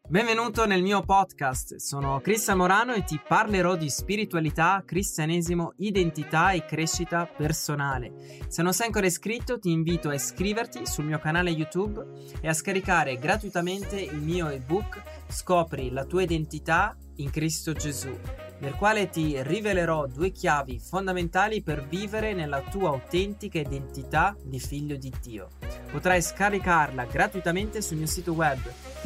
Benvenuto nel mio podcast, sono Cristian Morano e ti parlerò di spiritualità, cristianesimo, identità e crescita personale. Se non sei ancora iscritto ti invito a iscriverti sul mio canale YouTube e a scaricare gratuitamente il mio ebook Scopri la tua identità in Cristo Gesù, nel quale ti rivelerò 2 chiavi fondamentali per vivere nella tua autentica identità di figlio di Dio. Potrai scaricarla gratuitamente sul mio sito web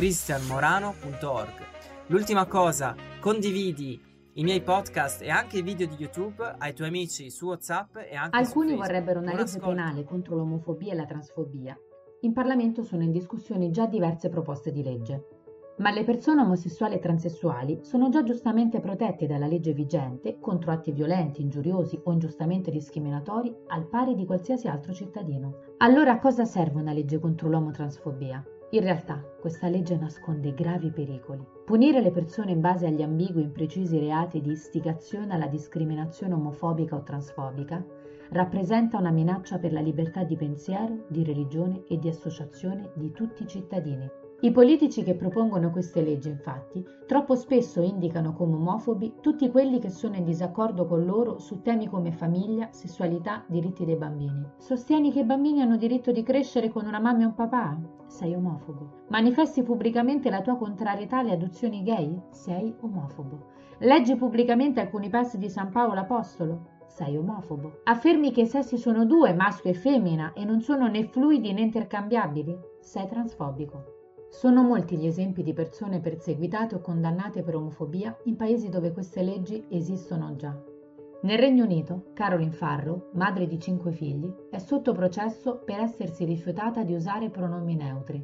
cristianmorano.org. L'ultima cosa, condividi i miei podcast e anche i video di YouTube ai tuoi amici su WhatsApp e anche Alcuni su Facebook. vorrebbero una Buon legge ascolto. penale contro l'omofobia e la transfobia. In Parlamento sono in discussione già diverse proposte di legge. Ma le persone omosessuali e transessuali sono già giustamente protette dalla legge vigente contro atti violenti, ingiuriosi o ingiustamente discriminatori al pari di qualsiasi altro cittadino. Allora a cosa serve una legge contro l'omotransfobia? In realtà questa legge nasconde gravi pericoli. Punire le persone in base agli ambigui e imprecisi reati di istigazione alla discriminazione omofobica o transfobica rappresenta una minaccia per la libertà di pensiero, di religione e di associazione di tutti i cittadini. I politici che propongono queste leggi, infatti, troppo spesso indicano come omofobi tutti quelli che sono in disaccordo con loro su temi come famiglia, sessualità, diritti dei bambini. Sostieni che i bambini hanno diritto di crescere con una mamma e un papà? Sei omofobo. Manifesti pubblicamente la tua contrarietà alle adozioni gay? Sei omofobo. Leggi pubblicamente alcuni passi di San Paolo Apostolo? Sei omofobo. Affermi che i sessi sono 2, maschio e femmina, e non sono né fluidi né intercambiabili? Sei transfobico. Sono molti gli esempi di persone perseguitate o condannate per omofobia in paesi dove queste leggi esistono già. Nel Regno Unito, Caroline Farrow, madre di 5 figli, è sotto processo per essersi rifiutata di usare pronomi neutri.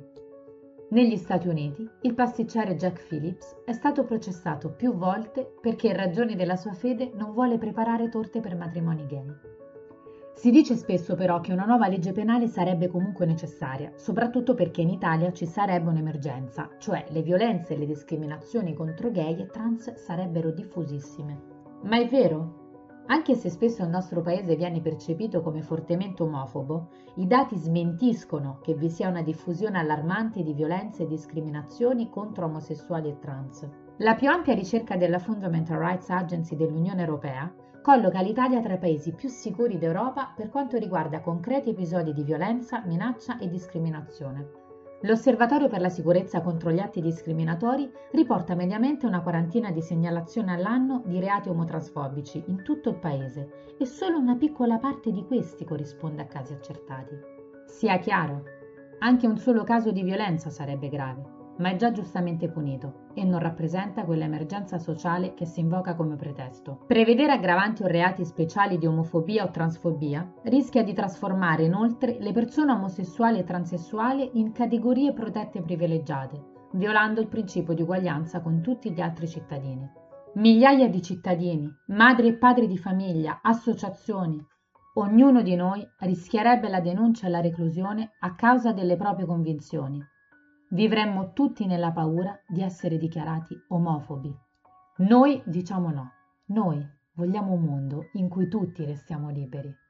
Negli Stati Uniti, il pasticcere Jack Phillips è stato processato più volte perché in ragione della sua fede non vuole preparare torte per matrimoni gay. Si dice spesso però che una nuova legge penale sarebbe comunque necessaria, soprattutto perché in Italia ci sarebbe un'emergenza, cioè le violenze e le discriminazioni contro gay e trans sarebbero diffusissime. Ma è vero? Anche se spesso il nostro paese viene percepito come fortemente omofobo, i dati smentiscono che vi sia una diffusione allarmante di violenze e discriminazioni contro omosessuali e trans. La più ampia ricerca della Fundamental Rights Agency dell'Unione Europea colloca l'Italia tra i paesi più sicuri d'Europa per quanto riguarda concreti episodi di violenza, minaccia e discriminazione. L'Osservatorio per la sicurezza contro gli atti discriminatori riporta mediamente una quarantina di segnalazioni all'anno di reati omotransfobici in tutto il paese e solo una piccola parte di questi corrisponde a casi accertati. Sia chiaro, anche un solo caso di violenza sarebbe grave, ma è già giustamente punito e non rappresenta quell'emergenza sociale che si invoca come pretesto. Prevedere aggravanti o reati speciali di omofobia o transfobia rischia di trasformare inoltre le persone omosessuali e transessuali in categorie protette privilegiate, violando il principio di uguaglianza con tutti gli altri cittadini. Migliaia di cittadini, madri e padri di famiglia, associazioni, ognuno di noi rischierebbe la denuncia e la reclusione a causa delle proprie convinzioni. Vivremmo tutti nella paura di essere dichiarati omofobi. Noi diciamo no. Noi vogliamo un mondo in cui tutti restiamo liberi.